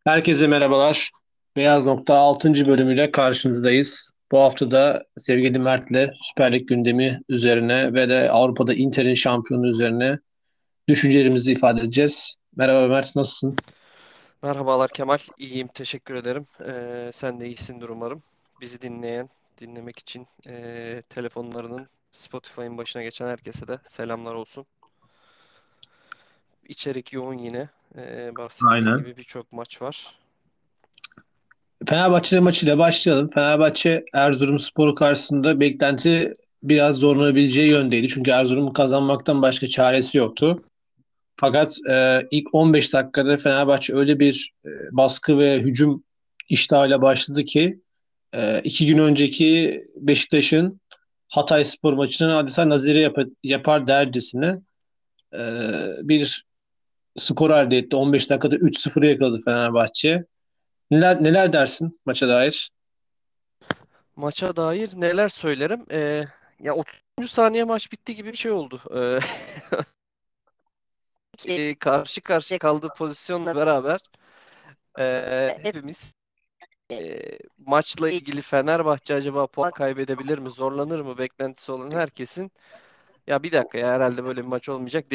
Herkese merhabalar. Beyaz Nokta 6. bölümüyle karşınızdayız. Bu hafta da sevgili Mert'le Süper Lig gündemi üzerine ve de Avrupa'da Inter'in şampiyonu üzerine düşüncelerimizi ifade edeceğiz. Merhaba Mert, nasılsın? Merhabalar Kemal, iyiyim, teşekkür ederim. Sen de iyisindir umarım. Bizi dinlemek için telefonlarının Spotify'ın başına geçen herkese de selamlar olsun. İçerik yoğun yine. Bahsettiğin Aynen. gibi birçok maç var. Fenerbahçe maçıyla başlayalım. Fenerbahçe Erzurumspor'u karşısında beklenti biraz zorlanabileceği yöndeydi. Çünkü Erzurum'un kazanmaktan başka çaresi yoktu. Fakat ilk 15 dakikada Fenerbahçe öyle bir baskı ve hücum iştahıyla başladı ki 2 gün önceki Beşiktaş'ın Hatayspor maçını adeta nazire yapar dercesine e, bir skor elde etti. 15 dakikada 3-0'ı yakaladı Fenerbahçe. Neler dersin maça dair? Maça dair neler söylerim? Ya 30. saniye maç bitti gibi bir şey oldu. Karşı karşıya kaldığı pozisyonla beraber hepimiz maçla ilgili Fenerbahçe acaba puan kaybedebilir mi, zorlanır mı beklentisi olan herkesin ya bir dakika ya herhalde böyle bir maç olmayacak.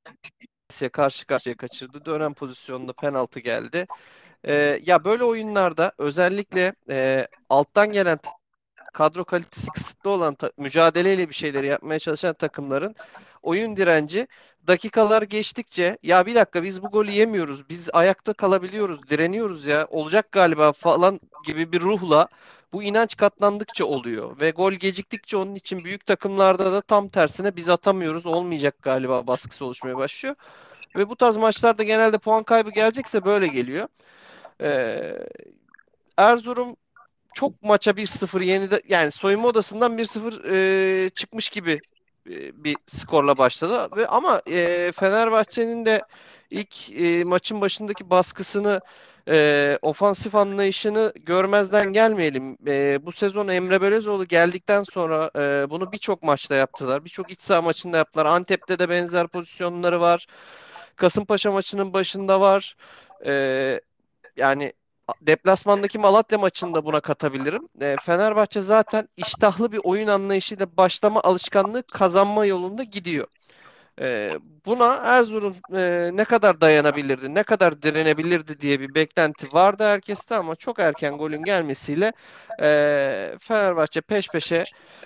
Karşı karşıya kaçırdı. Dönen pozisyonda penaltı geldi. Ya böyle oyunlarda özellikle alttan gelen kadro kalitesi kısıtlı olan mücadeleyle bir şeyleri yapmaya çalışan takımların oyun direnci dakikalar geçtikçe ya bir dakika biz bu golü yemiyoruz. Biz ayakta kalabiliyoruz, direniyoruz ya. Olacak galiba falan gibi bir ruhla bu inanç katlandıkça oluyor ve gol geciktikçe onun için büyük takımlarda da tam tersine biz atamıyoruz, olmayacak galiba baskısı oluşmaya başlıyor. Ve bu tarz maçlarda genelde puan kaybı gelecekse böyle geliyor. Ee, Erzurum çok maça 1-0 yani soyunma odasından 1-0 çıkmış gibi bir skorla başladı ve ama Fenerbahçe'nin de ilk maçın başındaki baskısını ofansif anlayışını görmezden gelmeyelim. Bu sezon Emre Belözoğlu geldikten sonra bunu birçok maçta yaptılar. Birçok iç saha maçında yaptılar. Antep'te de benzer pozisyonları var. Kasımpaşa maçının başında var. E, Yani deplasmandaki Malatya maçında buna katabilirim. Fenerbahçe zaten iştahlı bir oyun anlayışıyla başlama alışkanlığı kazanma yolunda gidiyor. Buna Erzurum ne kadar dayanabilirdi, ne kadar direnebilirdi diye bir beklenti vardı herkeste ama çok erken golün gelmesiyle Fenerbahçe peş peşe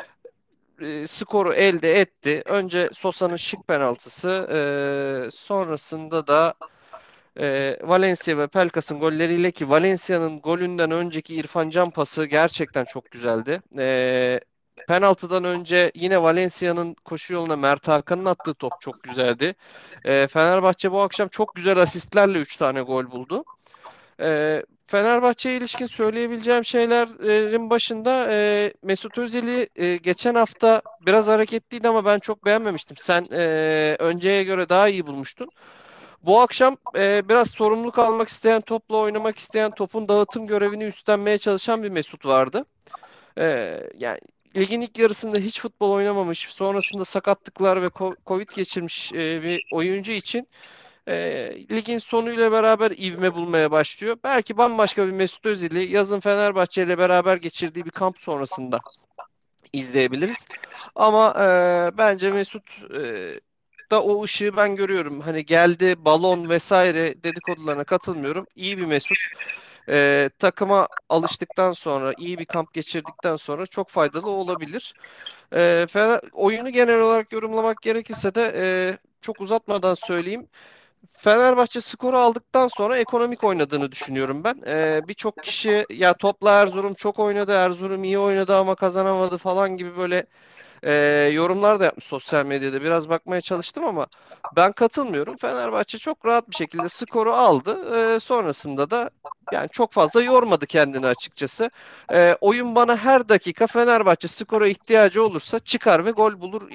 skoru elde etti. Önce Sosa'nın şık penaltısı, sonrasında da Valencia ve Pelkas'ın golleriyle ki Valencia'nın golünden önceki İrfan Can pası gerçekten çok güzeldi. Penaltıdan önce yine Valencia'nın koşu yoluna Mert Hakan'ın attığı top çok güzeldi. Fenerbahçe bu akşam çok güzel asistlerle 3 tane gol buldu. Fenerbahçe'ye ilişkin söyleyebileceğim şeylerin başında Mesut Özil'i geçen hafta biraz hareketliydi ama ben çok beğenmemiştim. Sen önceye göre daha iyi bulmuştun. Bu akşam biraz sorumluluk almak isteyen, topla oynamak isteyen, topun dağıtım görevini üstlenmeye çalışan bir Mesut vardı. Yani ligin ilk yarısında hiç futbol oynamamış, sonrasında sakatlıklar ve Covid geçirmiş bir oyuncu için ligin sonuyla beraber ivme bulmaya başlıyor. Belki bambaşka bir Mesut Özil'i yazın Fenerbahçe ile beraber geçirdiği bir kamp sonrasında izleyebiliriz. Ama bence Mesut da o ışığı ben görüyorum. Hani geldi balon vesaire dedikodularına katılmıyorum. İyi bir Mesut. Takıma alıştıktan sonra, iyi bir kamp geçirdikten sonra çok faydalı olabilir. Oyunu genel olarak yorumlamak gerekirse de çok uzatmadan söyleyeyim. Fenerbahçe skoru aldıktan sonra ekonomik oynadığını düşünüyorum ben. Birçok kişi ya topla Erzurum çok oynadı, Erzurum iyi oynadı ama kazanamadı falan gibi böyle e, yorumlar da yapmış sosyal medyada. Biraz bakmaya çalıştım ama ben katılmıyorum. Fenerbahçe çok rahat bir şekilde skoru aldı. Sonrasında da yani çok fazla yormadı kendini açıkçası. Oyun bana her dakika Fenerbahçe skora ihtiyacı olursa çıkar ve gol bulur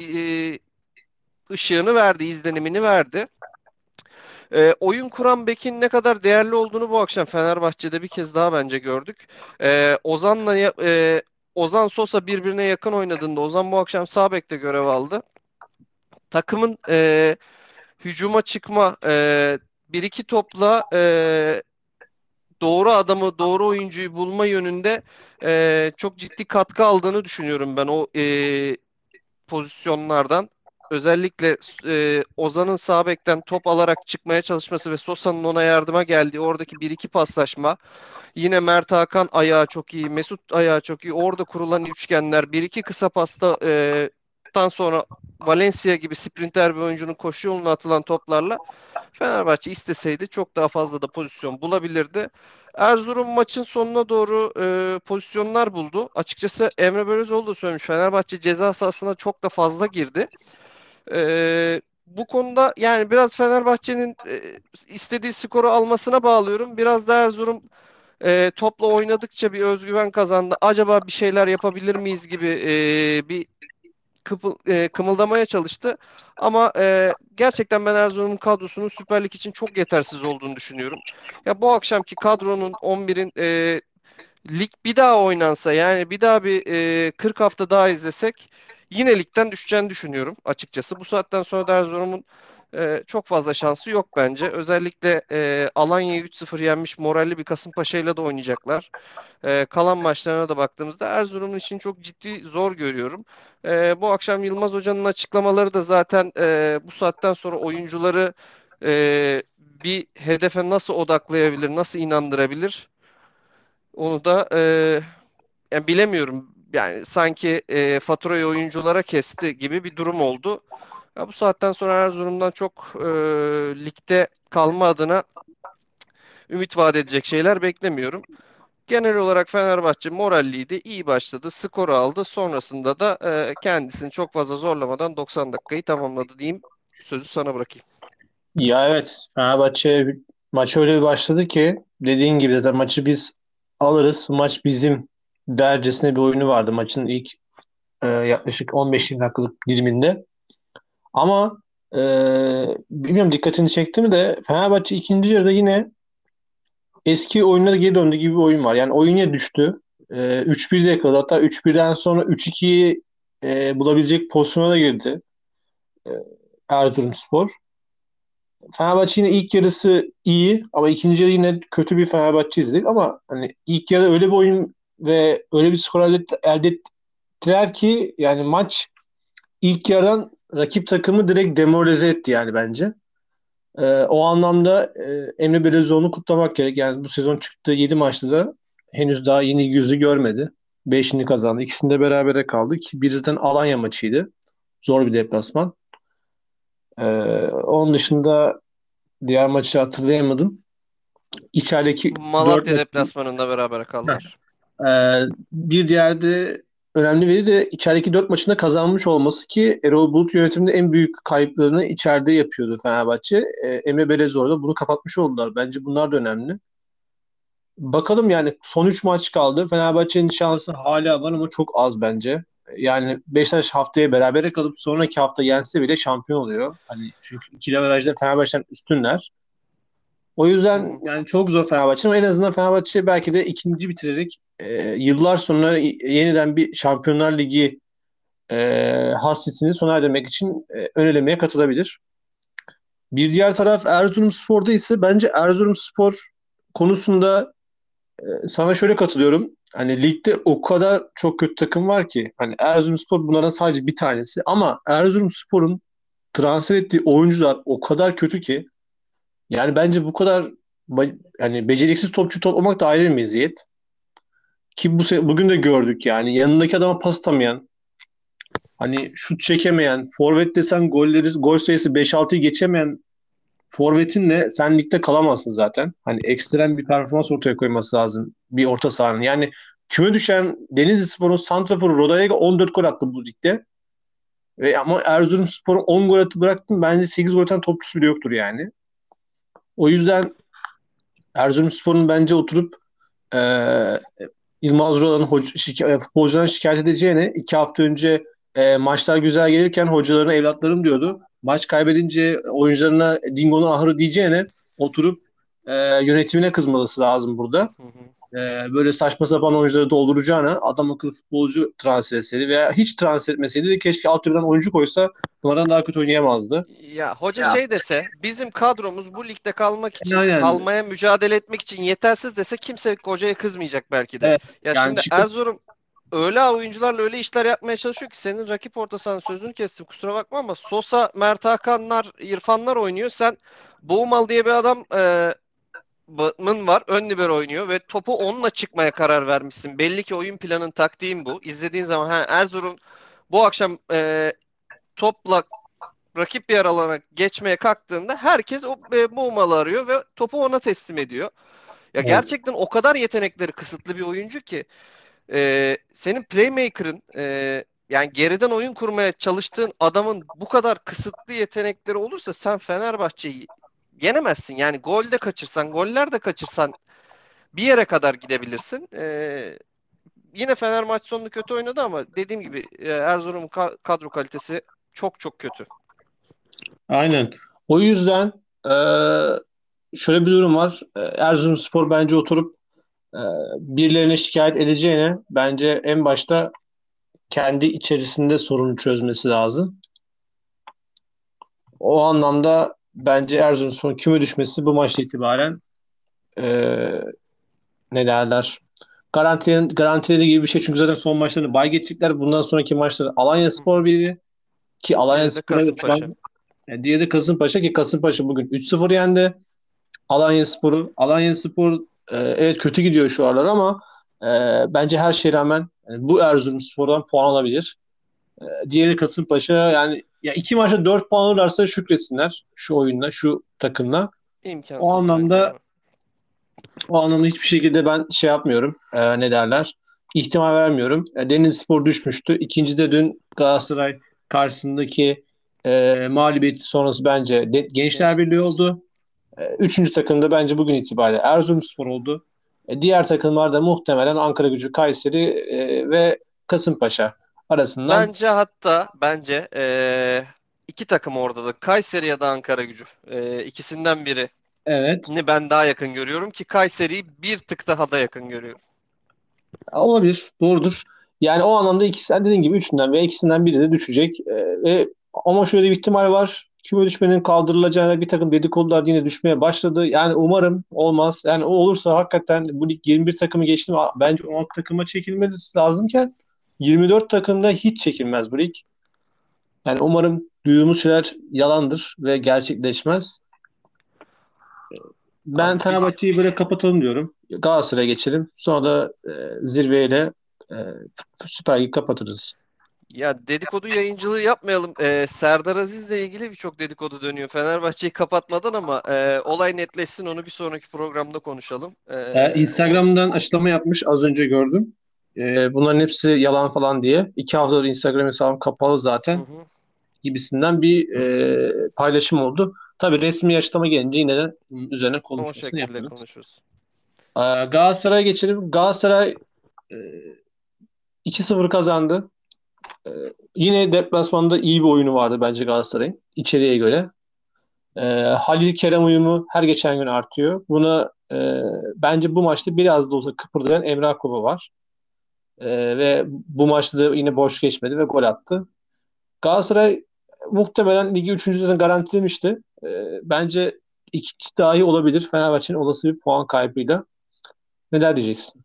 ışığını verdi, izlenimini verdi. Oyun kuran bekin ne kadar değerli olduğunu bu akşam Fenerbahçe'de bir kez daha bence gördük. Ozan Sosa birbirine yakın oynadığında Ozan bu akşam sağ bekte görev aldı. Takımın hücuma çıkma bir iki topla doğru adamı, doğru oyuncuyu bulma yönünde çok ciddi katkı aldığını düşünüyorum ben o pozisyonlardan. Özellikle Ozan'ın sağ bekten top alarak çıkmaya çalışması ve Sosa'nın ona yardıma geldiği oradaki bir iki paslaşma. Yine Mert Hakan ayağı çok iyi, Mesut ayağı çok iyi. Orada kurulan üçgenler, bir iki kısa pasta sonra Valencia gibi sprinter bir oyuncunun koşu yoluna atılan toplarla Fenerbahçe isteseydi çok daha fazla da pozisyon bulabilirdi. Erzurum maçın sonuna doğru pozisyonlar buldu. Açıkçası Emre Belözoğlu da söylemiş. Fenerbahçe ceza sahasına çok da fazla girdi. Bu konuda yani biraz Fenerbahçe'nin istediği skoru almasına bağlıyorum. Biraz da Erzurum topla oynadıkça bir özgüven kazandı. Acaba bir şeyler yapabilir miyiz gibi bir kımıldamaya çalıştı. Ama gerçekten ben Erzurum'un kadrosunun Süper Lig için çok yetersiz olduğunu düşünüyorum. Ya bu akşamki kadronun 11'in lig bir daha oynansa yani bir daha bir 40 hafta daha izlesek yine ligden düşeceğini düşünüyorum açıkçası. Bu saatten sonra da Erzurum'un çok fazla şansı yok bence. Özellikle Alanya'yı 3-0 yenmiş moralli bir Kasımpaşa ile de oynayacaklar. Kalan maçlarına da baktığımızda Erzurum'un için çok ciddi zor görüyorum. Bu akşam Yılmaz Hoca'nın açıklamaları da zaten bu saatten sonra oyuncuları bir hedefe nasıl odaklayabilir, nasıl inandırabilir? Onu da yani bilemiyorum. Yani sanki faturayı oyunculara kesti gibi bir durum oldu. Ya bu saatten sonra Erzurum'dan çok ligde kalma adına ümit vaat edecek şeyler beklemiyorum. Genel olarak Fenerbahçe moralliydi, iyi başladı, skoru aldı. Sonrasında da kendisini çok fazla zorlamadan 90 dakikayı tamamladı diyeyim. Sözü sana bırakayım. Ya evet, Fenerbahçe maç öyle bir başladı ki dediğin gibi zaten maçı biz alırız. Maç bizim dercesine bir oyunu vardı maçın ilk yaklaşık 15-20 dakikalık diliminde. Ama e, bilmiyorum dikkatini çekti mi de Fenerbahçe ikinci yarıda yine eski oyunlara geri döndü gibi bir oyun var. Yani oyun yine düştü. 3-1'de yakaladı. Hatta 3-1'den sonra 3-2'yi bulabilecek pozisyona da girdi e, Erzurumspor. Fenerbahçe yine ilk yarısı iyi ama ikinci yarı yine kötü bir Fenerbahçe izledik ama hani ilk yarı öyle bir oyun ve öyle bir skor elde ettiler ki yani maç ilk yarıdan rakip takımı direkt demoralize etti yani bence. O anlamda Emre Belözoğlu'nu kutlamak gerek. Yani bu sezon çıktığı 7 maçta da henüz daha yeni yüzü görmedi. 5'ini kazandı. İkisinde berabere kaldı ki bir zaten Alanya maçıydı. Zor bir deplasman. Onun dışında diğer maçı hatırlayamadım. İçerideki 4 Malatya maçı. deplasmanında beraber kaldılar. Bir diğer de önemli veri de içerideki 4 maçında kazanmış olması ki Erol Bulut yönetiminde en büyük kayıplarını içeride yapıyordu Fenerbahçe. Emre Belezoğlu da bunu kapatmış oldular. Bence bunlar da önemli. Bakalım yani son 3 maç kaldı. Fenerbahçe'nin şansı hala var ama çok az bence. Yani Beşiktaş haftaya berabere kalıp sonraki hafta yense bile şampiyon oluyor. Hani çünkü ikili averajda Fenerbahçe'den üstünler. O Hı yüzden hı. yani çok zor Fenerbahçe ama en azından Fenerbahçe belki de ikinci bitirerek yıllar sonra yeniden bir Şampiyonlar Ligi hasretini sona erdirmek için ön elemeye katılabilir. Bir diğer taraf Erzurumspor'da ise bence Erzurumspor konusunda sana şöyle katılıyorum. Hani ligde o kadar çok kötü takım var ki hani Erzurumspor bunlardan sadece bir tanesi ama Erzurumspor'un transfer ettiği oyuncular o kadar kötü ki yani bence bu kadar yani beceriksiz topçu toplamak da ayrı bir meziyet. Ki bugün de gördük yani yanındaki adama pas atamayan, hani şut çekemeyen, forvet desen gol sayısı 5-6'yı geçemeyen forvetinle sen ligde kalamazsın zaten. Hani ekstrem bir performans ortaya koyması lazım bir orta sahanın. Yani küme düşen Denizlispor'un santraforu Rodallega 14 gol attı bu ligde. Ama Erzurumspor'un 10 gol attı bıraktım. Bence 8 gol atan topçusu bile yoktur yani. O yüzden Erzurumspor'un bence oturup e, Yılmaz Vural'ın futbolcularına şikayet edeceğine 2 hafta önce maçlar güzel gelirken hocalarına evlatlarım diyordu. Maç kaybedince oyuncularına Dingo'nun ahırı diyeceğine oturup yönetimine kızması lazım burada. Hı hı. Böyle saçma sapan oyuncuları dolduracağına adam akıllı futbolcu transfer etseydi veya hiç transfer etmeseydi de keşke altyapıdan oyuncu koysa bunlardan daha kötü oynayamazdı. Ya hoca Ya şey dese bizim kadromuz bu ligde kalmak için aynen, kalmaya mücadele etmek için yetersiz dese kimse hocaya kızmayacak belki de. evet, Ya yani şimdi çıkıp Erzurum öyle oyuncularla öyle işler yapmaya çalışıyor ki senin rakip orta sahanın sözünü kestim kusura bakma ama Sosa, Mert Hakanlar, İrfanlar oynuyor. Sen Boğumal diye bir adam Mın var. Ön libero oynuyor ve topu onunla çıkmaya karar vermişsin. Belli ki oyun planın taktiğin bu. İzlediğin zaman ha, Erzurum bu akşam topla rakip bir yer alana geçmeye kalktığında herkes bu malı arıyor ve topu ona teslim ediyor. Ya evet, gerçekten o kadar yetenekleri kısıtlı bir oyuncu ki senin playmaker'ın yani geriden oyun kurmaya çalıştığın adamın bu kadar kısıtlı yetenekleri olursa sen Fenerbahçe'yi yenemezsin. Yani gol de kaçırsan, goller de kaçırsan bir yere kadar gidebilirsin. Yine Fener maç sonunu kötü oynadı ama dediğim gibi Erzurum'un kadro kalitesi çok çok kötü. aynen. O yüzden şöyle bir durum var. Erzurumspor bence oturup e, birilerine şikayet edeceğine bence en başta kendi içerisinde sorunu çözmesi lazım. O anlamda bence Erzurumspor'un küme düşmesi bu maçla itibaren e, ne derler? Garantilediği gibi bir şey. Çünkü zaten son maçlarını bay geçecekler. Bundan sonraki maçları Hı hı. Alanyaspor biri ki Diğeri de Alanyaspor'a da şu Kasımpaşa. an diğeri de Kasımpaşa ki Kasımpaşa bugün 3-0 yendi Alanyaspor'u. Alanyaspor evet kötü gidiyor şu aralar ama bence her şeye rağmen yani bu Erzurumspor'dan puan alabilir. Diğeri Kasımpaşa yani ya iki maçta 4 puan alırlarsa şükretsinler şu oyunla, şu takımla. O İmkansız bence anlamda ya. o anlamda hiçbir şekilde ben şey yapmıyorum. Ne derler? İhtimal vermiyorum. Denizlispor düşmüştü. İkinci de dün Galatasaray karşısındaki mağlubiyeti sonrası bence Gençler Genç. Birliği oldu. Üçüncü takım da bence bugün itibariyle Erzurumspor oldu. Diğer takımlar da muhtemelen Ankaragücü, Kayseri ve Kasımpaşa arasından. Bence iki takım orada da Kayseri ya da Ankaragücü. İkisinden birini Evet. ben daha yakın görüyorum ki Kayseri'yi bir tık daha da yakın görüyorum. Olabilir. Doğrudur. Yani o anlamda ikisi dediğin gibi üçünden veya ikisinden biri de düşecek. Ama şöyle bir ihtimal var. Küme düşmenin kaldırılacağına bir takım dedikodular yine düşmeye başladı. Yani umarım olmaz. Yani o olursa hakikaten bu lig 21 takımı geçti mi? Bence 16 takıma çekilmesi lazımken 24 takımda hiç çekilmez bu lig. Yani umarım duyduğumuz şeyler yalandır ve gerçekleşmez. Ben Abi Fenerbahçe'yi böyle kapatalım diyorum. Galatasaray'a geçelim. Sonra da zirveyle e, Süper Lig kapatırız. ya dedikodu yayıncılığı yapmayalım. Serdar Aziz'le ilgili birçok dedikodu dönüyor. Fenerbahçe'yi kapatmadan ama olay netleşsin onu bir sonraki programda konuşalım. Instagram'dan açıklama yapmış az önce gördüm. Bunların hepsi yalan falan diye. 2 haftadır Instagram hesabım kapalı Hı zaten hı, gibisinden bir paylaşım oldu. Tabii resmi açıklama gelince yine de bunun üzerine o konuşmasını şekilde yaparız. konuşuruz. Galatasaray'a geçelim. Galatasaray e, 2-0 kazandı. E, Yine deplasmanda iyi bir oyunu vardı bence Galatasaray'ın içeriye göre. Halil Kerem uyumu her geçen gün artıyor. Buna bence bu maçta biraz da olsa kıpırdayan Emre Akbaba var. Ve bu maçta da yine boş geçmedi ve gol attı. Galatasaray muhtemelen ligi üçüncüden garantilemişti. Bence ikinci dahi olabilir Fenerbahçe'nin olası bir puan kaybıyla. Neler diyeceksin?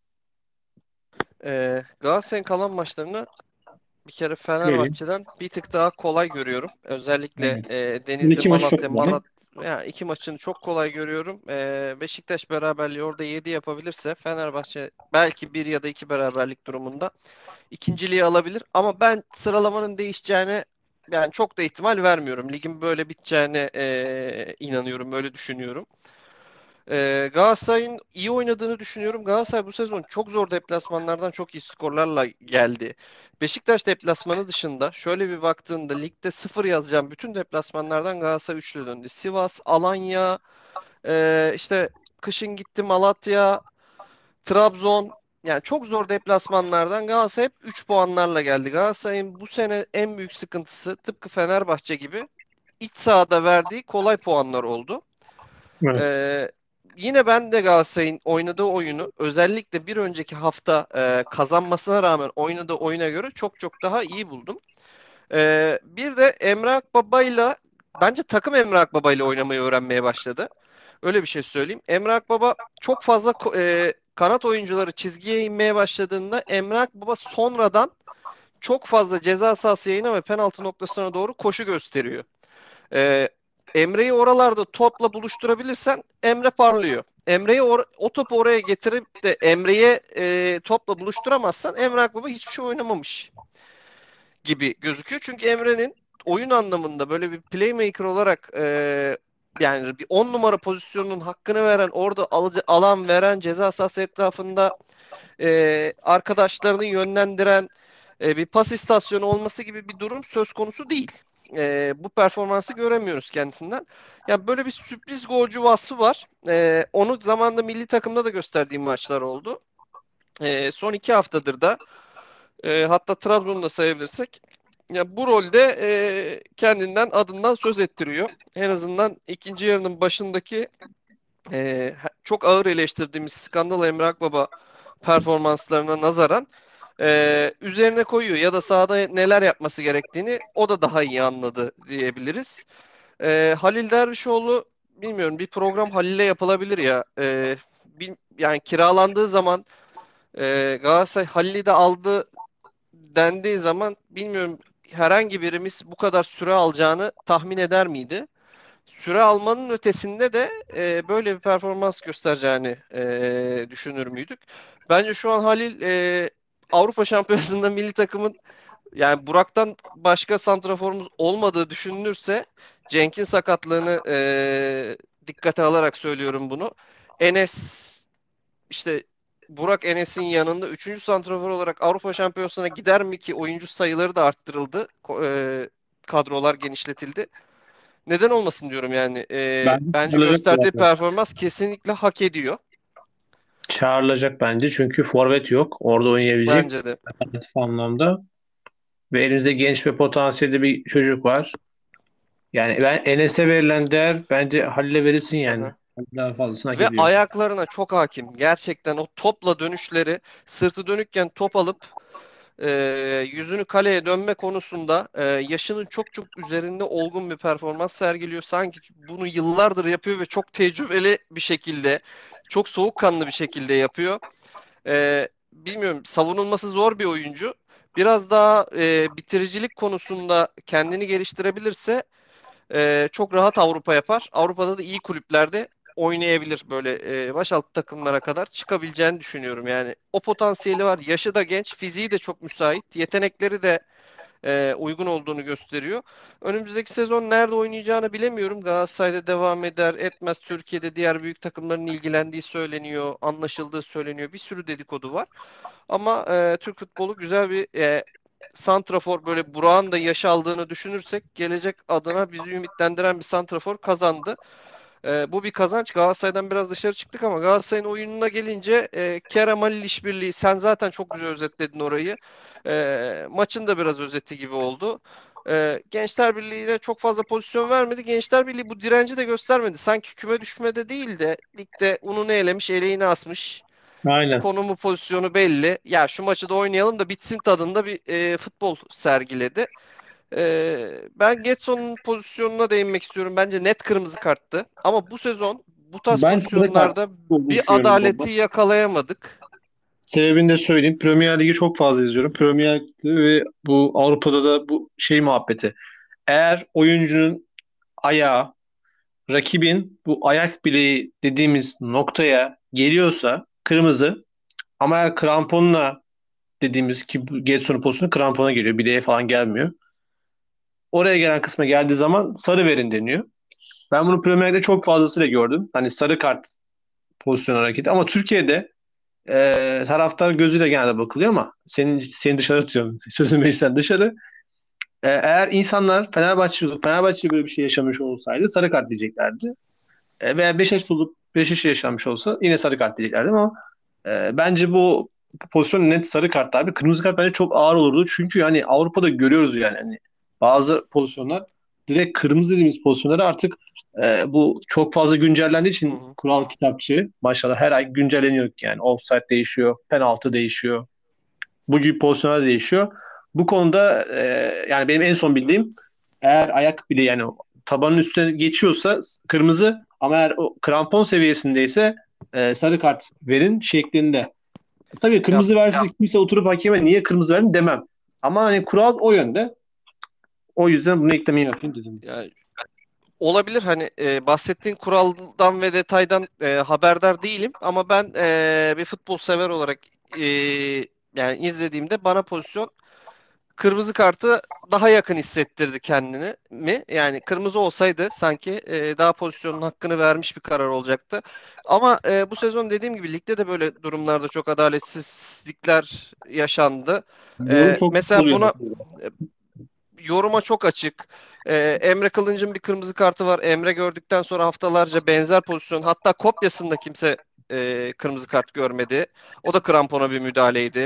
Galatasaray'ın kalan maçlarını bir kere Verin. Fenerbahçe'den bir tık daha kolay görüyorum. Özellikle Evet. Son Denizli, iki maçı çok Malatya, kolay. ya iki maçını çok kolay görüyorum. Beşiktaş beraberliği orada 7 yapabilirse Fenerbahçe belki bir ya da iki beraberlik durumunda ikinciliği alabilir. Ama ben sıralamanın değişeceğine yani çok da ihtimal vermiyorum. Ligin böyle biteceğine inanıyorum, böyle düşünüyorum. Galatasaray'ın iyi oynadığını düşünüyorum. Galatasaray bu sezon çok zor deplasmanlardan çok iyi skorlarla geldi. Beşiktaş deplasmanı dışında şöyle bir baktığında ligde sıfır yazacağım bütün deplasmanlardan Galatasaray üçlü döndü. Sivas, Alanya, işte kışın gitti Malatya, Trabzon. Yani çok zor deplasmanlardan Galatasaray hep 3 puanlarla geldi. Galatasaray'ın bu sene en büyük sıkıntısı tıpkı Fenerbahçe gibi iç sahada verdiği kolay puanlar oldu. Evet. Ee, yine ben de Galatasaray'ın oynadığı oyunu özellikle bir önceki hafta kazanmasına rağmen oynadığı oyuna göre çok çok daha iyi buldum. Bir de Emre Akbaba'yla bence takım Emre Akbaba'yla oynamayı öğrenmeye başladı. Öyle bir şey söyleyeyim. Emre Akbaba çok fazla kanat oyuncuları çizgiye inmeye başladığında Emre Akbaba sonradan çok fazla ceza sahası yayına ve penaltı noktasına doğru koşu gösteriyor. Ee, Emre'yi oralarda topla buluşturabilirsen Emre parlıyor. Emre'yi o topu oraya getirip de Emre'ye topla buluşturamazsan Emre Akbaba hiçbir şey oynamamış gibi gözüküyor. Çünkü Emre'nin oyun anlamında böyle bir playmaker olarak yani bir 10 numara pozisyonunun hakkını veren, orada alan veren, ceza sahası etrafında arkadaşlarını yönlendiren bir pas istasyonu olması gibi bir durum söz konusu değil. Bu performansı göremiyoruz kendisinden. Yani böyle bir sürpriz golcü vasfı var. Onu zamanında milli takımda da gösterdiğim maçlar oldu. Son 2 haftadır da hatta Trabzon'da sayabilirsek ya bu rolde kendinden adından söz ettiriyor. En azından ikinci yarının başındaki çok ağır eleştirdiğimiz Skandal Emre Akbaba performanslarına nazaran üzerine koyuyor ya da sahada neler yapması gerektiğini o da daha iyi anladı diyebiliriz. Halil Dervişoğlu bilmiyorum bir program Halil'e yapılabilir ya. Yani kiralandığı zaman Galatasaray Halil'i de aldı dendiği zaman bilmiyorum herhangi birimiz bu kadar süre alacağını tahmin eder miydi? Süre almanın ötesinde de böyle bir performans göstereceğini düşünür müydük? Bence şu an Halil Avrupa Şampiyonası'nda milli takımın yani Burak'tan başka santraforumuz olmadığı düşünülürse Cenk'in sakatlığını dikkate alarak söylüyorum bunu. Enes işte Burak Enes'in yanında üçüncü santrafor olarak Avrupa Şampiyonası'na gider mi ki oyuncu sayıları da arttırıldı. Kadrolar genişletildi. Neden olmasın diyorum yani. Bence Bence çağrılacak bu gösterdiği arada. performans kesinlikle hak ediyor. Çağrılacak bence çünkü forvet yok. Orada oynayabilecek Bence de. alternatif anlamda. Ve elimizde genç ve potansiyelli bir çocuk var. Yani ben Enes'e verilen değer bence Halil'e verilsin yani. Aha. Daha fazlasını hak Ve ediyor. ayaklarına çok hakim. Gerçekten o topla dönüşleri, sırtı dönükken top alıp e, yüzünü kaleye dönme konusunda yaşının çok çok üzerinde olgun bir performans sergiliyor. Sanki bunu yıllardır yapıyor ve çok tecrübeli bir şekilde, çok soğukkanlı bir şekilde yapıyor. Bilmiyorum, savunulması zor bir oyuncu. Biraz daha bitiricilik konusunda kendini geliştirebilirse çok rahat Avrupa yapar. Avrupa'da da iyi kulüplerde oynayabilir, böyle başaltı takımlara kadar çıkabileceğini düşünüyorum. Yani o potansiyeli var. Yaşı da genç, fiziği de çok müsait, yetenekleri de uygun olduğunu gösteriyor. Önümüzdeki sezon nerede oynayacağını bilemiyorum. Galatasaray'da devam eder, etmez. Türkiye'de diğer büyük takımların ilgilendiği söyleniyor, anlaşıldığı söyleniyor. Bir sürü dedikodu var. Ama Türk futbolu güzel bir santrafor, böyle Burak'ın da yaş aldığını düşünürsek gelecek adına bizi ümitlendiren bir santrafor kazandı. Bu bir kazanç. Galatasaray'dan biraz dışarı çıktık ama Galatasaray'ın oyununa gelince Kerem Halil işbirliği, sen zaten çok güzel özetledin orayı. Maçın da biraz özeti gibi oldu. Gençler Birliği'ne çok fazla pozisyon vermedi. Gençler Birliği bu direnci de göstermedi. Sanki küme düşmede değil de ligde ununu elemiş, eleğini asmış. Aynen. Konumu, pozisyonu belli. Ya şu maçı da oynayalım da bitsin tadında bir futbol sergiledi. Ben Getson'un pozisyonuna değinmek istiyorum. Bence net kırmızı karttı. Ama bu sezon bu tarz Ben sarı kart pozisyonlarda olduğunu bir düşünüyorum adaleti baba. yakalayamadık. Sebebini de söyleyeyim. Premier Ligi çok fazla izliyorum. Premier Lig'de ve bu Avrupa'da da bu şey muhabbeti. Eğer oyuncunun ayağı rakibin bu ayak bileği dediğimiz noktaya geliyorsa kırmızı, ama eğer kramponla dediğimiz ki Getson'un pozisyonu krampona geliyor. Bileğe falan gelmiyor. Oraya gelen kısma geldiği zaman sarı verin deniyor. Ben bunu Premier Lig'de çok fazlasıyla gördüm. Hani sarı kart pozisyon hareketi. Ama Türkiye'de taraftar gözüyle genelde bakılıyor ama seni dışarı tutuyorum. Sözün meclisten dışarı. Eğer insanlar Fenerbahçe böyle bir şey yaşamış olsaydı sarı kart diyeceklerdi. Veya Beşiktaş yaşanmış olsa yine sarı kart diyeceklerdi ama bence bu pozisyon net sarı kart abi. Kırmızı kart bence çok ağır olurdu. Çünkü hani Avrupa'da görüyoruz yani hani bazı pozisyonlar direkt kırmızı dediğimiz pozisyonları artık Bu çok fazla güncellendiği Hı için hı. kural kitapçığı maşallah her ay güncelleniyor yani. Offside değişiyor, penaltı değişiyor. Bu gibi pozisyonlar değişiyor. Bu konuda yani benim en son bildiğim eğer ayak bile yani tabanın üstüne geçiyorsa kırmızı ama eğer o krampon seviyesindeyse sarı kart verin şeklinde. Tabii Ya, kırmızı verse de kimse oturup hakeme niye kırmızı verdin demem. Ama hani kural o yönde. O yüzden bunu eklemeyi yapayım dedim. ya olabilir hani bahsettiğin kuraldan ve detaydan haberdar değilim ama ben bir futbol sever olarak e, yani izlediğimde bana pozisyon kırmızı kartı daha yakın hissettirdi kendini mi? Yani kırmızı olsaydı sanki daha pozisyonun hakkını vermiş bir karar olacaktı. Ama bu sezon dediğim gibi ligde de böyle durumlarda çok adaletsizlikler yaşandı. Yorum çok Mesela oluyor buna mesela. e, yoruma çok açık. Emre Kılınç'ın bir kırmızı kartı var. Emre gördükten sonra haftalarca benzer pozisyon, hatta kopyasında kimse kırmızı kart görmedi. O da krampona bir müdahaleydi.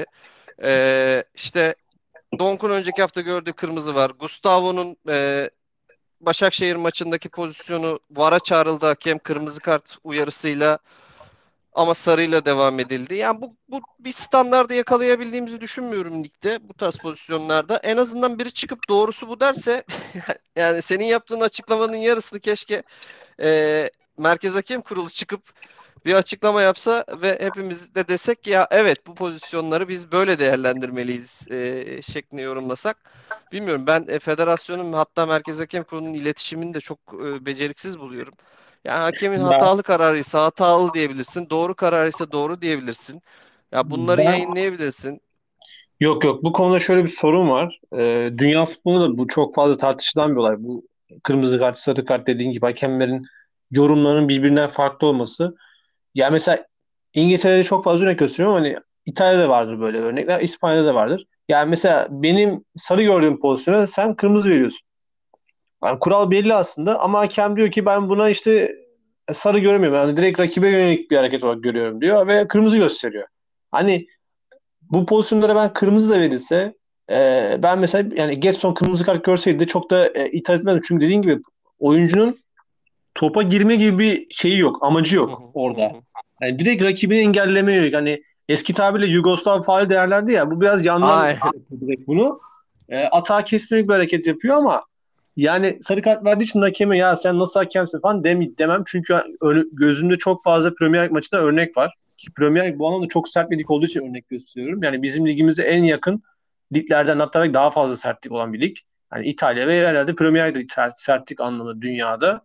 İşte Donk'un önceki hafta gördüğü kırmızı var. Gustavo'nun Başakşehir maçındaki pozisyonu VAR'a çağrıldı hakem kırmızı kart uyarısıyla ama sarıyla devam edildi. Yani bu bir standardı yakalayabildiğimizi düşünmüyorum ligde bu tarz pozisyonlarda. En azından biri çıkıp doğrusu bu derse yani senin yaptığın açıklamanın yarısını keşke Merkez Hakem Kurulu çıkıp bir açıklama yapsa ve hepimiz de desek ki ya evet bu pozisyonları biz böyle değerlendirmeliyiz şeklinde yorumlasak. Bilmiyorum ben federasyonun hatta Merkez Hakem Kurulu'nun iletişimini de çok beceriksiz buluyorum. Yani hakemin Ya hatalı kararıysa hatalı diyebilirsin, doğru kararıysa doğru diyebilirsin. Ya bunları ben yayınlayabilirsin. yok yok bu konuda şöyle bir sorun var. Dünya futbolunda da bu çok fazla tartışılan bir olay. Bu kırmızı kart, sarı kart dediğin gibi hakemlerin yorumlarının birbirinden farklı olması. Ya mesela İngiltere'de çok fazla örnek gösteriyorum. Hani İtalya'da vardır böyle örnekler, İspanya'da da vardır. Yani mesela benim sarı gördüğüm pozisyona sen kırmızı veriyorsun. Yani kural belli aslında ama hakem diyor ki ben buna işte sarı görmüyorum. Yani direkt rakibe yönelik bir hareket olarak görüyorum diyor ve kırmızı gösteriyor. Hani bu pozisyonlara ben kırmızı da verilse ben mesela yani Getson kırmızı kart görseydi de çok da itiraz etmezdim. Çünkü dediğin gibi oyuncunun topa girme gibi bir şeyi yok, amacı Hı yok hı, hı orada. hı. Yani direkt rakibini engellemeye yönelik. Hani eski tabirle Yugoslav faul derlerdi ya. Bu biraz yandan Aynen. yapıyor direkt bunu. Atağı kesmelik bir hareket yapıyor ama yani sarı kart verdiği için hakeme ya sen nasıl hakemsin falan demem. Çünkü gözümde çok fazla Premier Lig maçında örnek var. Ki Premier Lig bu anlamda çok sert bir lig olduğu için örnek gösteriyorum. Yani bizim ligimize en yakın liglerden hatta belki daha fazla sertlik olan bir lig. Hani İtalya ve herhalde Premier Lig'de sertlik anlamında dünyada.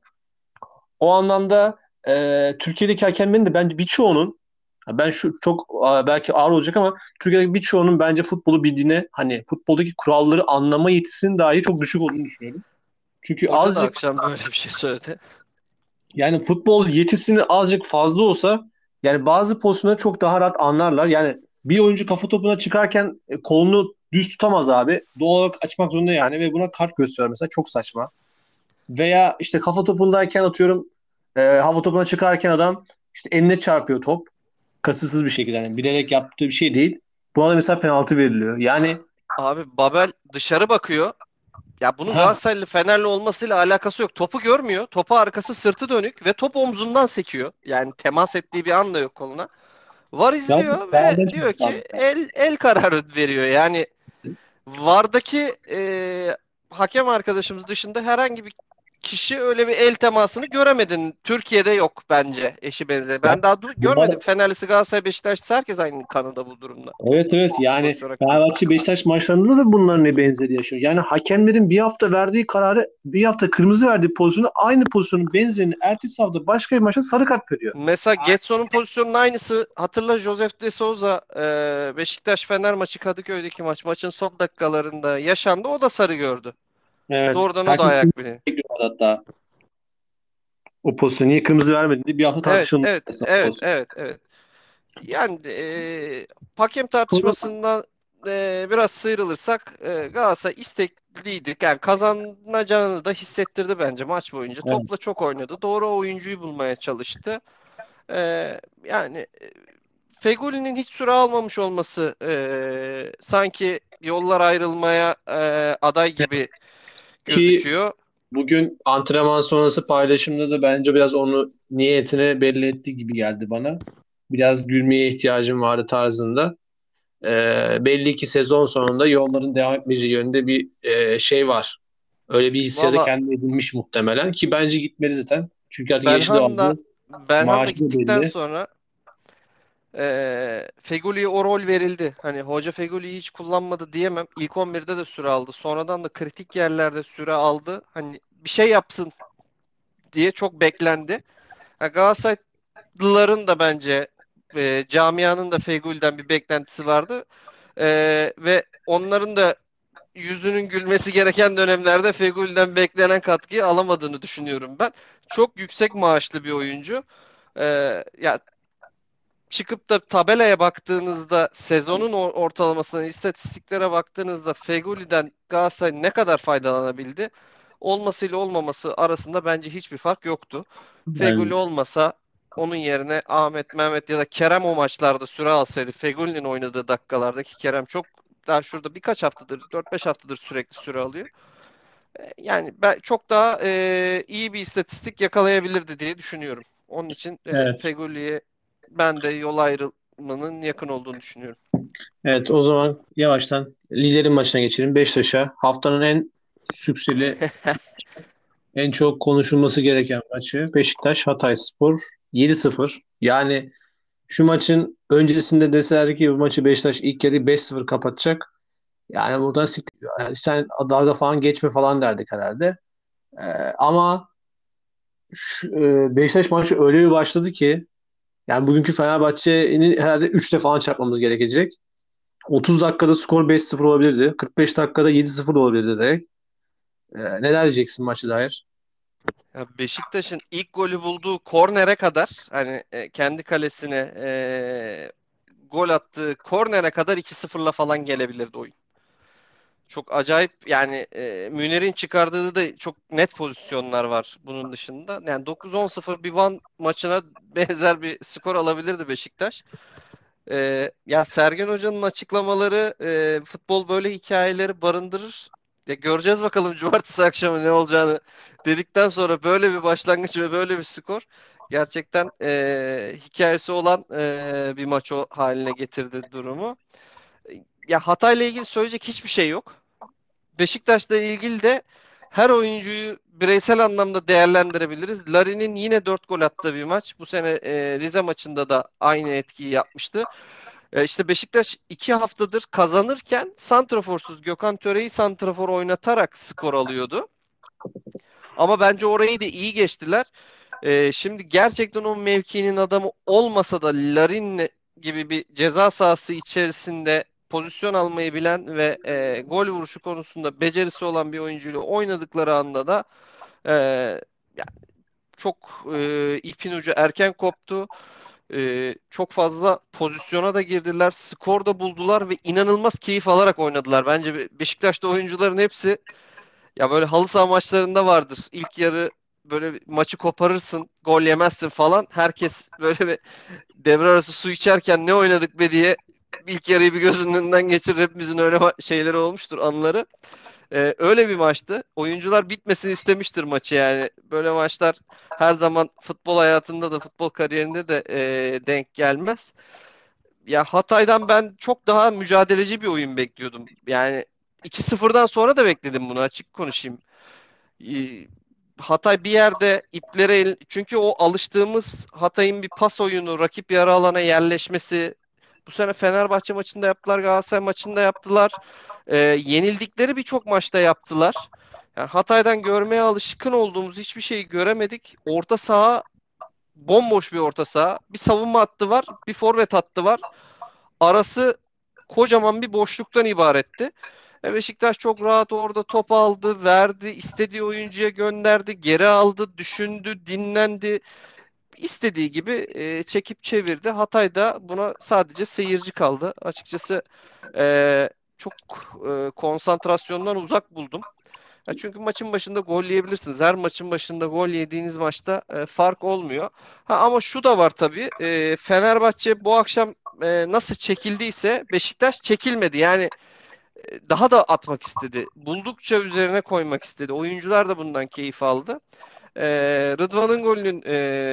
O anlamda Türkiye'deki hakemlerin de bence birçoğunun ben şu çok belki ağır olacak ama Türkiye'deki birçoğunun bence futbolu bildiğine hani futboldaki kuralları anlama yetisinin dahi çok düşük olduğunu düşünüyorum. Çünkü Hoca da azıcık akşam böyle bir şey söyledi. yani futbol yetisini azıcık fazla olsa yani bazı pozisyonları çok daha rahat anlarlar. Yani bir oyuncu kafa topuna çıkarken kolunu düz tutamaz abi. Doğal olarak açmak zorunda yani ve buna kart gösteriyor mesela çok saçma. Veya işte kafa topundayken atıyorum hava topuna çıkarken adam işte eline çarpıyor top. Kasıtsız bir şekilde yani bilerek yaptığı bir şey değil. Buna da mesela penaltı veriliyor. Yani Abi Babel dışarı bakıyor. Ya bunun ha Galatasaraylı Fenerli olmasıyla alakası yok. Topu görmüyor. Topu arkası sırtı dönük ve top omzundan sekiyor. Yani temas ettiği bir an da yok koluna. VAR zaten izliyor ve sağdan diyor ki çıktı. el kararı veriyor. Yani VAR'daki hakem arkadaşımız dışında herhangi bir kişi öyle bir el temasını göremedin. Türkiye'de yok bence eşi benzeri. Ya Ben daha bunlar görmedim. Fenerlisi, Galatasaray, Beşiktaşlısı herkes aynı kanıda bu durumda. evet Bu yani pozisyon hakkında. Fenerbahçe Beşiktaş maçlarında da bunların ne benzeri yaşıyor. Yani hakemlerin bir hafta verdiği kararı bir hafta kırmızı verdiği pozisyonu aynı pozisyonun benzerini ertesi hafta başka bir maçta sarı kart veriyor. Mesela Getson'un pozisyonunun aynısı. Hatırla Josef de Souza Beşiktaş-Fener maçı Kadıköy'deki maçın son dakikalarında yaşandı. O da sarı gördü. Evet. Doğrudan o da Herkes ayak bileği. bekliyor hatta. O pozisyonu niye kırmızı vermedi diye bir hafta Evet, tartışılmış evet, mesela evet, pozisyon. evet, evet. Yani hakem Konu tartışmasından biraz sıyrılırsak Galatasaray istekliydi. Yani kazanacağını da hissettirdi bence maç boyunca. evet. Topla çok oynadı. Doğru oyuncuyu bulmaya çalıştı. Yani Fegoli'nin hiç süre almamış olması sanki yollar ayrılmaya aday gibi Ki gözüküyor. bugün antrenman sonrası paylaşımda da bence biraz onu niyetine belli etti gibi geldi bana. Biraz gülmeye ihtiyacım vardı tarzında. Belli ki sezon sonunda yolların devam etmeyeceği yönünde bir şey var. Öyle bir hissiyatı Valla kendine edinmiş muhtemelen ki bence gitmeli zaten. Çünkü artık yaşı da Belhanda oldu. Belhanda Maaşı da gittikten belli. sonra Fegüli'ye o rol verildi. Hani hoca Fegüli'yi hiç kullanmadı diyemem. İlk 11'de de süre aldı. Sonradan da kritik yerlerde süre aldı. Hani bir şey yapsın diye çok beklendi. Ha, Galatasaraylıların da bence camianın da Fegüli'den bir beklentisi vardı. Ve onların da yüzünün gülmesi gereken dönemlerde Fegüli'den beklenen katkıyı alamadığını düşünüyorum ben. Çok yüksek maaşlı bir oyuncu. Ya çıkıp da tabelaya baktığınızda sezonun ortalamasına, istatistiklere baktığınızda Fegüli'den Galatasaray ne kadar faydalanabildi? Olmasıyla olmaması arasında bence hiçbir fark yoktu. Yani, Fegüli olmasa onun yerine Ahmet, Mehmet ya da Kerem o maçlarda süre alsaydı Fegüli'nin oynadığı dakikalardaki Kerem çok daha şurada birkaç haftadır, 4-5 haftadır sürekli süre alıyor. Yani ben çok daha iyi bir istatistik yakalayabilirdi diye düşünüyorum. Onun için evet. Fegüli'ye ben de yol ayrılmanın yakın olduğunu düşünüyorum. Evet, o zaman yavaştan liderin maçına geçelim. Beşiktaş'a haftanın en sükseli, en çok konuşulması gereken maçı Beşiktaş Hatayspor 7-0. Yani şu maçın öncesinde deseler ki bu maçı Beşiktaş ilk yarı 5-0 kapatacak. Yani buradan sen dalga falan geçme falan derdik herhalde. Ee, ama Beşiktaş maçı öyle bir başladı ki yani bugünkü Fenerbahçe'nin herhalde 3'te falan çarpmamız gerekecek. 30 dakikada skor 5-0 olabilirdi. 45 dakikada 7-0 olabilirdi direkt. Neler diyeceksin maçı dair? Ya Beşiktaş'ın ilk golü bulduğu kornere kadar hani kendi kalesine gol attığı kornere kadar 2-0'la falan gelebilirdi oyun. Çok acayip yani Münir'in çıkardığı da çok net pozisyonlar var bunun dışında. Yani 9-10-0 bir Van maçına benzer bir skor alabilirdi Beşiktaş. Ya Sergen Hoca'nın açıklamaları futbol böyle hikayeleri barındırır. Ya göreceğiz bakalım cumartesi akşamı ne olacağını dedikten sonra böyle bir başlangıç ve böyle bir skor gerçekten hikayesi olan bir maç haline getirdi durumu. Ya Hatay'la ilgili söyleyecek hiçbir şey yok. Beşiktaş'la ilgili de her oyuncuyu bireysel anlamda değerlendirebiliriz. Larin'in yine 4 gol attığı bir maç. Bu sene Rize maçında da aynı etkiyi yapmıştı. İşte Beşiktaş 2 haftadır kazanırken santraforsuz Gökhan Töre'yi santrafor oynatarak skor alıyordu. Ama bence orayı da iyi geçtiler. Şimdi gerçekten o mevkinin adamı olmasa da Larin gibi bir ceza sahası içerisinde pozisyon almayı bilen ve gol vuruşu konusunda becerisi olan bir oyuncuyla oynadıkları anda da e, ya çok ipin ucu erken koptu. Çok fazla pozisyona da girdiler, skor da buldular ve inanılmaz keyif alarak oynadılar. Bence Beşiktaş'ta oyuncuların hepsi ya böyle halı saha maçlarında vardır. İlk yarı böyle maçı koparırsın, gol yemezsin falan. Herkes böyle bir devre arası su içerken ne oynadık be diye ilk yarıyı bir gözünün önünden geçirir. Hepimizin öyle şeyleri olmuştur, anıları. Öyle bir maçtı. Oyuncular bitmesini istemiştir maçı yani. Böyle maçlar her zaman futbol hayatında da futbol kariyerinde de denk gelmez. Ya Hatay'dan ben çok daha mücadeleci bir oyun bekliyordum. Yani 2-0'dan sonra da bekledim bunu, açık konuşayım. Ee, Hatay bir yerde çünkü o alıştığımız Hatay'ın bir pas oyunu, rakip yarı alana yerleşmesi bu sene Fenerbahçe maçında yaptılar, Galatasaray maçında yaptılar. Yenildikleri birçok maçta yaptılar. Yani Hatay'dan görmeye alışkın olduğumuz hiçbir şeyi göremedik. Orta saha bomboş bir orta saha. Bir savunma hattı var, bir forvet hattı var. Arası kocaman bir boşluktan ibaretti. Beşiktaş çok rahat orada top aldı, verdi, istediği oyuncuya gönderdi, geri aldı, düşündü, dinlendi. İstediği gibi çekip çevirdi. Hatay da buna sadece seyirci kaldı. Açıkçası çok konsantrasyondan uzak buldum. Çünkü maçın başında gol yiyebilirsiniz. Her maçın başında gol yediğiniz maçta fark olmuyor. Ama şu da var tabii. Fenerbahçe bu akşam nasıl çekildiyse Beşiktaş çekilmedi. Yani daha da atmak istedi. Buldukça üzerine koymak istedi. Oyuncular da bundan keyif aldı. E, Rıdvan'ın golünün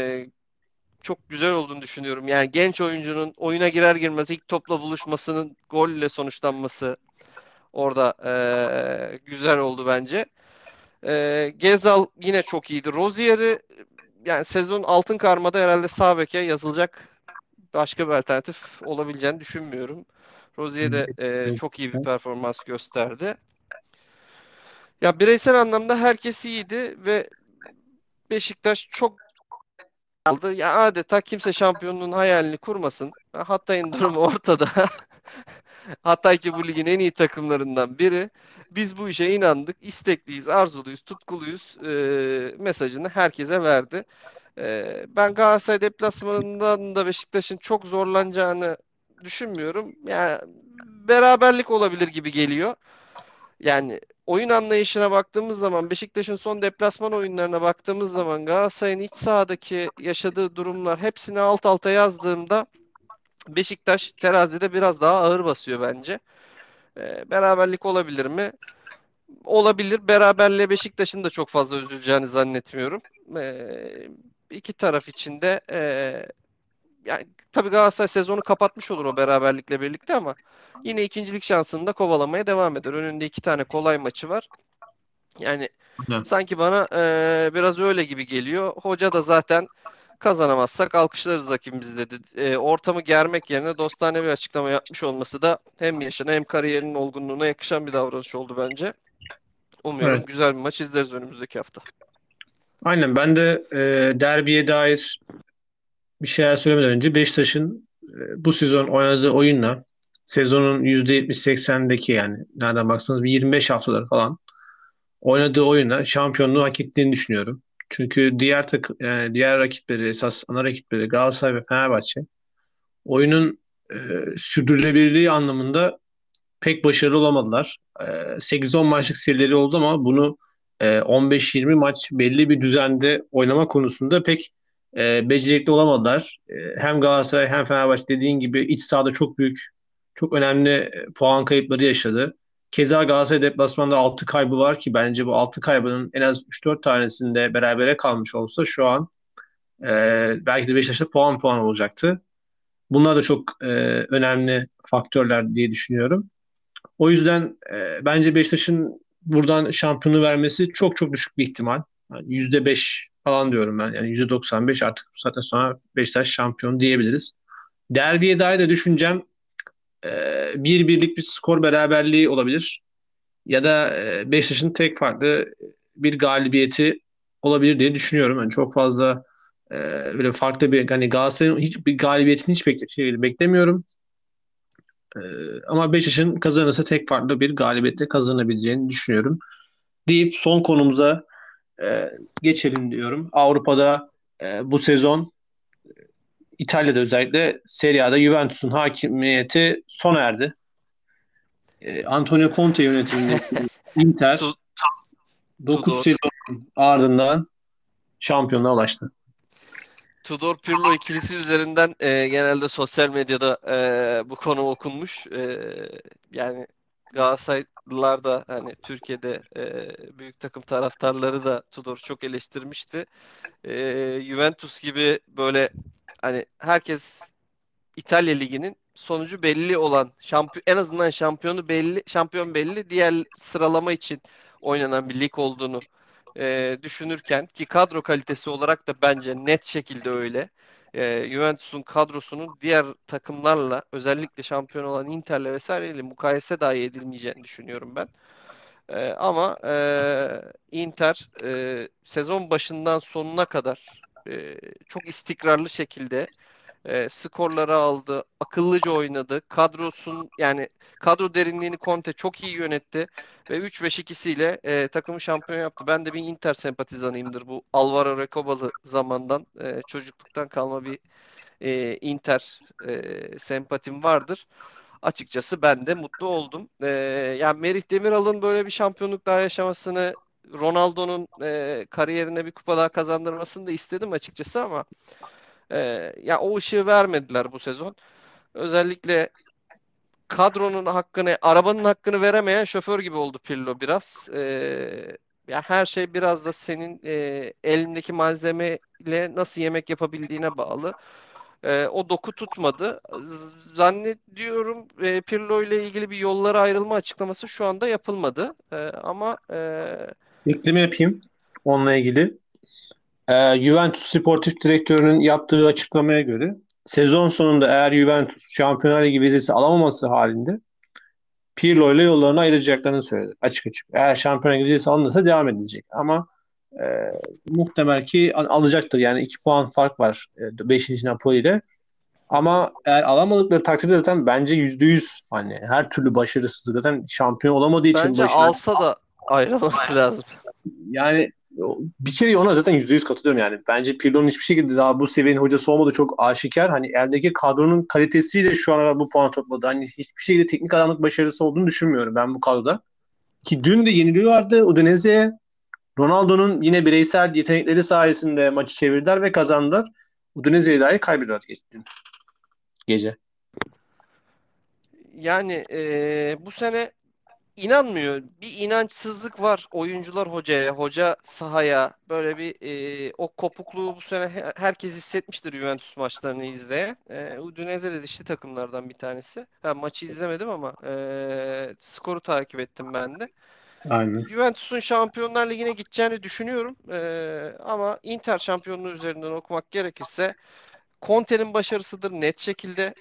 çok güzel olduğunu düşünüyorum. Yani genç oyuncunun oyuna girer girmez ilk topla buluşmasının golle sonuçlanması orada güzel oldu bence. Gezal yine çok iyiydi. Rozier'i yani sezon altın karmada herhalde sağ beke yazılacak başka bir alternatif olabileceğini düşünmüyorum. Rozier de çok iyi bir performans gösterdi. Ya bireysel anlamda herkes iyiydi ve Beşiktaş çok aldı. Ya adeta kimse şampiyonluğun hayalini kurmasın. Hatay'ın durumu ortada. Hatay ki bu ligin en iyi takımlarından biri. Biz bu işe inandık, istekliyiz, arzuluyuz, tutkuluyuz mesajını herkese verdi. Ben Galatasaray deplasmanından da Beşiktaş'ın çok zorlanacağını düşünmüyorum. Yani beraberlik olabilir gibi geliyor. Yani oyun anlayışına baktığımız zaman Beşiktaş'ın son deplasman oyunlarına baktığımız zaman Galatasaray'ın iç sahadaki yaşadığı durumlar hepsini alt alta yazdığımda Beşiktaş terazide biraz daha ağır basıyor bence. Beraberlik olabilir mi? Olabilir. Beraberliğe Beşiktaş'ın da çok fazla üzüleceğini zannetmiyorum. İki taraf için de yani tabii Galatasaray sezonu kapatmış olur o beraberlikle birlikte ama yine ikincilik şansını da kovalamaya devam eder. Önünde iki tane kolay maçı var. Yani Aynen. sanki bana biraz öyle gibi geliyor. Hoca da zaten kazanamazsak alkışlarız rakibimizi dedi. Ortamı germek yerine dostane bir açıklama yapmış olması da hem yaşına hem kariyerinin olgunluğuna yakışan bir davranış oldu bence. Umuyorum Evet. güzel bir maç izleriz önümüzdeki hafta. Aynen ben de derbiye dair bir şeyler söylemeden önce Beşiktaş'ın bu sezon oynadığı oyunla sezonun %70-80'deki yani nereden baksanız bir 25 haftaları falan oynadığı oyunla şampiyonluğu hak ettiğini düşünüyorum. Çünkü diğer rakipleri esas ana rakipleri Galatasaray ve Fenerbahçe oyunun e, sürdürülebilirliği anlamında pek başarılı olamadılar. 8-10 maçlık serileri oldu ama bunu 15-20 maç belli bir düzende oynama konusunda pek becerikli olamadılar. Hem Galatasaray hem Fenerbahçe dediğin gibi iç sahada çok büyük, çok önemli puan kayıpları yaşadı. Keza Galatasaray deplasmanda 6 kaybı var ki bence bu 6 kaybının en az 3-4 tanesinde berabere kalmış olsa şu an belki de Beşiktaş'ta puan olacaktı. Bunlar da çok önemli faktörler diye düşünüyorum. O yüzden bence Beşiktaş'ın buradan şampiyonu vermesi çok çok düşük bir ihtimal. Yani %5 falan diyorum ben. Yani %95 artık bu saatten sonra Beşiktaş şampiyon diyebiliriz. Derbiye dair de düşüncem bir birlik bir skor beraberliği olabilir. Ya da Beşiktaş'ın tek farklı bir galibiyeti olabilir diye düşünüyorum. Yani çok fazla böyle farklı bir hani Galatasaray'ın hiçbir galibiyetini beklemiyorum. Ee, Ama Beşiktaş'ın kazanırsa tek farklı bir galibiyetle kazanabileceğini düşünüyorum. Deyip son konumuza e, geçelim diyorum. Avrupa'da bu sezon İtalya'da özellikle Serie A'da Juventus'un hakimiyeti sona erdi. Antonio Conte yönetimindeki Tu- Inter 9 Tudor. sezon ardından şampiyonluğa ulaştı. Tudor Pirlo ikilisi üzerinden genelde sosyal medyada bu konu okunmuş. Yani Galatasaraylılar da hani Türkiye'de büyük takım taraftarları da Tudor'u çok eleştirmişti. Juventus gibi böyle hani herkes İtalya Ligi'nin sonucu belli olan en azından şampiyonu belli, şampiyon belli diğer sıralama için oynanan bir lig olduğunu düşünürken ki kadro kalitesi olarak da bence net şekilde öyle. Juventus'un kadrosunun diğer takımlarla özellikle şampiyon olan Inter'le vesaireyle mukayese dahi edilmeyeceğini düşünüyorum ben. Ama Inter sezon başından sonuna kadar çok istikrarlı şekilde skorları aldı, akıllıca oynadı. Yani kadro derinliğini Conte çok iyi yönetti ve 3-5-2'siyle takımı şampiyon yaptı. Ben de bir Inter sempatizanıyımdır bu Alvaro Recobalı zamandan çocukluktan kalma bir Inter sempatim vardır. Açıkçası ben de mutlu oldum. Yani Merih Demiral'ın böyle bir şampiyonluk daha yaşamasını, Ronaldo'nun kariyerine bir kupa daha kazandırmasını da istedim açıkçası ama ya o ışığı vermediler bu sezon. Özellikle kadronun hakkını, arabanın hakkını veremeyen şoför gibi oldu Pirlo biraz. Ya her şey biraz da senin elindeki malzemeyle nasıl yemek yapabildiğine bağlı. O doku tutmadı. Zannediyorum Pirlo ile ilgili bir yollara ayrılma açıklaması şu anda yapılmadı. Ama Ekleme yapayım onunla ilgili. Juventus Sportif Direktörü'nün yaptığı açıklamaya göre sezon sonunda eğer Juventus Şampiyonlar Ligi vizesi alamaması halinde Pirlo ile yollarını ayıracaklarını söyledi açık açık. Eğer Şampiyonlar Ligi vizesi alınırsa devam edilecek ama e, muhtemel ki alacaktır. Yani 2 puan fark var 5. Napoli ile. Ama eğer alamadıkları takdirde zaten bence %100 hani her türlü başarısızlık zaten şampiyon olamadığı için bence başına alsa da ayrılması lazım. yani bir kere ona zaten %100 katılıyorum yani. Bence Pirlo'nun hiçbir şekilde daha bu seviyenin hocası olmadığı çok aşikar. Hani eldeki kadronun kalitesiyle şu ana bu puan topladı. Hani hiçbir şekilde teknik adamlık başarısı olduğunu düşünmüyorum ben bu kadroda. Ki dün de yeniliyorlardı Udinese'ye. Ronaldo'nun yine bireysel yetenekleri sayesinde maçı çevirdiler ve kazandılar. Udinese'yi dahi kaybediyorlar dün gece. Yani bu sene inanmıyor. Bir inançsızlık var oyuncular hocaya, hoca sahaya. Böyle bir o kopukluğu bu sene herkes hissetmiştir Juventus maçlarını izleyen. Udinese de dişli takımlardan bir tanesi. Ben maçı izlemedim ama skoru takip ettim ben de. Aynen. Juventus'un Şampiyonlar Ligi'ne gideceğini düşünüyorum. Ama Inter şampiyonluğu üzerinden okumak gerekirse Conte'nin başarısıdır net şekilde.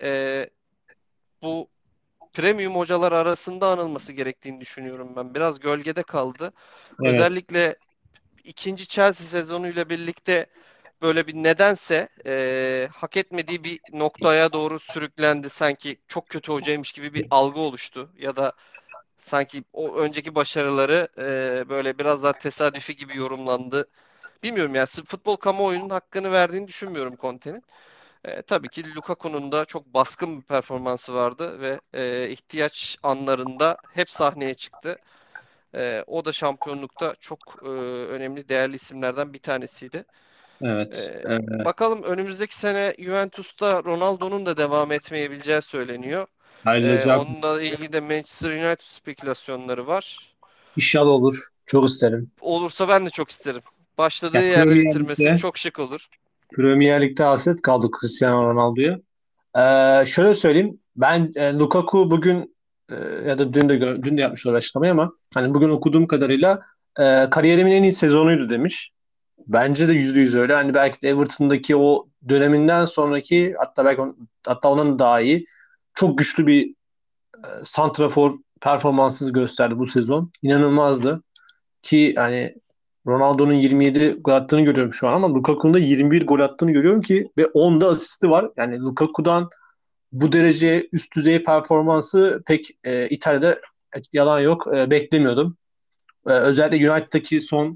Bu premium hocalar arasında anılması gerektiğini düşünüyorum ben. Biraz gölgede kaldı. Evet. Özellikle ikinci Chelsea sezonuyla birlikte böyle bir nedense hak etmediği bir noktaya doğru sürüklendi. Sanki çok kötü hocaymış gibi bir algı oluştu. Ya da sanki o önceki başarıları böyle biraz daha tesadüfi gibi yorumlandı. Bilmiyorum yani futbol kamuoyunun hakkını verdiğini düşünmüyorum Conte'nin. Tabii ki Lukaku'nun da çok baskın bir performansı vardı ve ihtiyaç anlarında hep sahneye çıktı. O da şampiyonlukta çok önemli, değerli isimlerden bir tanesiydi. Evet. Bakalım önümüzdeki sene Juventus'ta Ronaldo'nun da devam etmeyebileceği söyleniyor. Ayrılacak. Onunla ilgili de Manchester United spekülasyonları var. İnşallah olur. Çok isterim. Olursa ben de çok isterim. Başladığı Ya yerde Premier bitirmesi Lig'de çok şık olur. Premier Lig'de hasret kaldık Cristiano Ronaldo'ya. Şöyle söyleyeyim. Ben Lukaku bugün ya da dün de yapmışlar açıklamayı ama hani bugün okuduğum kadarıyla kariyerimin en iyi sezonuydu demiş. Bence de %100 öyle. Hani belki de Everton'daki o döneminden sonraki hatta hatta onun daha iyi çok güçlü bir santrafor performansı gösterdi bu sezon. İnanılmazdı. Ki hani Ronaldo'nun 27 gol attığını görüyorum şu an ama Lukaku'nun da 21 gol attığını görüyorum ki ve 10'da asisti var. Yani Lukaku'dan bu derece üst düzey performansı pek İtalya'da yalan yok beklemiyordum. Özellikle United'daki son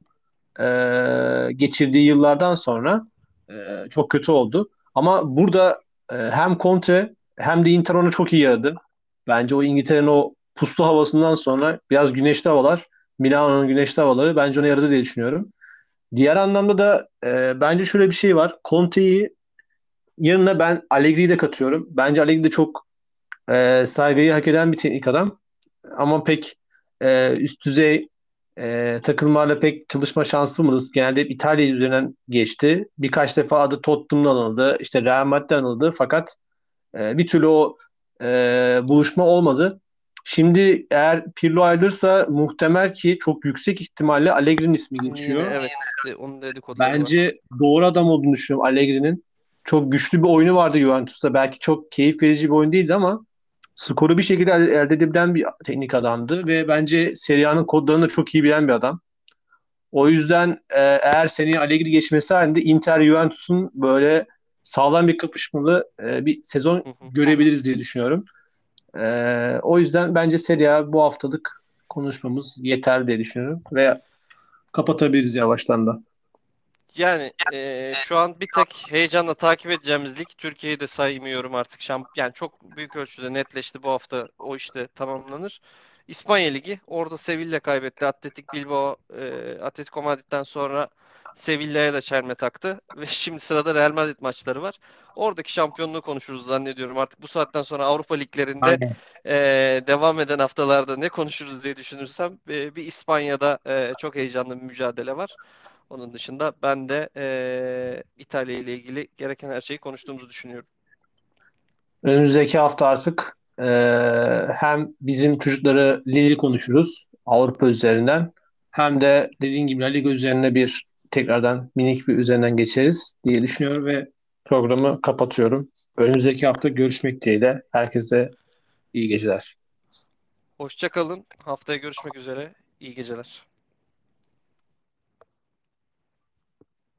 geçirdiği yıllardan sonra çok kötü oldu. Ama burada hem Conte hem de Inter onu çok iyi yaradı. Bence o İngiltere'nin o puslu havasından sonra biraz güneşli havalar, Milano'nun güneşli havaları bence ona yaradı diye düşünüyorum. Diğer anlamda da bence şöyle bir şey var. Conte'yi yanına ben Allegri'yi de katıyorum. Bence Allegri de çok saygıyı hak eden bir teknik adam. Ama pek üst düzey takımlarla pek çalışma şansı bulmadı. Genelde hep İtalya üzerinden geçti. Birkaç defa adı Tottenham'da anıldı. İşte Real Madrid'de anıldı. Fakat bir türlü o buluşma olmadı. Şimdi eğer Pirlo ayrılırsa muhtemel ki çok yüksek ihtimalle Allegri'nin ismi Yine geçiyor. evet onun dedikoduları var. Bence doğru adam olduğunu düşünüyorum Allegri'nin. Çok güçlü bir oyunu vardı Juventus'ta. Belki çok keyif verici bir oyun değildi ama skoru bir şekilde elde edebilen bir teknik adamdı ve bence Serie A'nın kodlarını da çok iyi bilen bir adam. O yüzden eğer seneye Allegri geçmesi halinde Inter Juventus'un böyle sağlam bir kapışmalı bir sezon Hı hı. görebiliriz diye düşünüyorum. O yüzden bence Serie A bu haftalık konuşmamız yeter diye düşünüyorum ve kapatabiliriz yavaştan da. Yani şu an bir tek heyecanla takip edeceğimiz lig Türkiye'yi de saymıyorum artık. Yani çok büyük ölçüde netleşti bu hafta o işte tamamlanır. İspanya Ligi orada Sevilla kaybetti. Atletico Bilbao Atletico Madrid'den sonra Sevilla'ya da çelme taktı ve şimdi sırada Real Madrid maçları var. Oradaki şampiyonluğu konuşuruz zannediyorum. Artık bu saatten sonra Avrupa liglerinde Aynen. devam eden haftalarda ne konuşuruz diye düşünürsem bir İspanya'da çok heyecanlı bir mücadele var. Onun dışında ben de İtalya ile ilgili gereken her şeyi konuştuğumuzu düşünüyorum. Önümüzdeki hafta artık hem bizim çocukları Lille konuşuruz Avrupa üzerinden, hem de dediğin gibi La Liga üzerine bir tekrardan minik bir üzerinden geçeriz diye düşünüyorum ve programı kapatıyorum. Önümüzdeki hafta görüşmek dileğiyle. Herkese iyi geceler. Hoşça kalın. Haftaya görüşmek üzere. İyi geceler.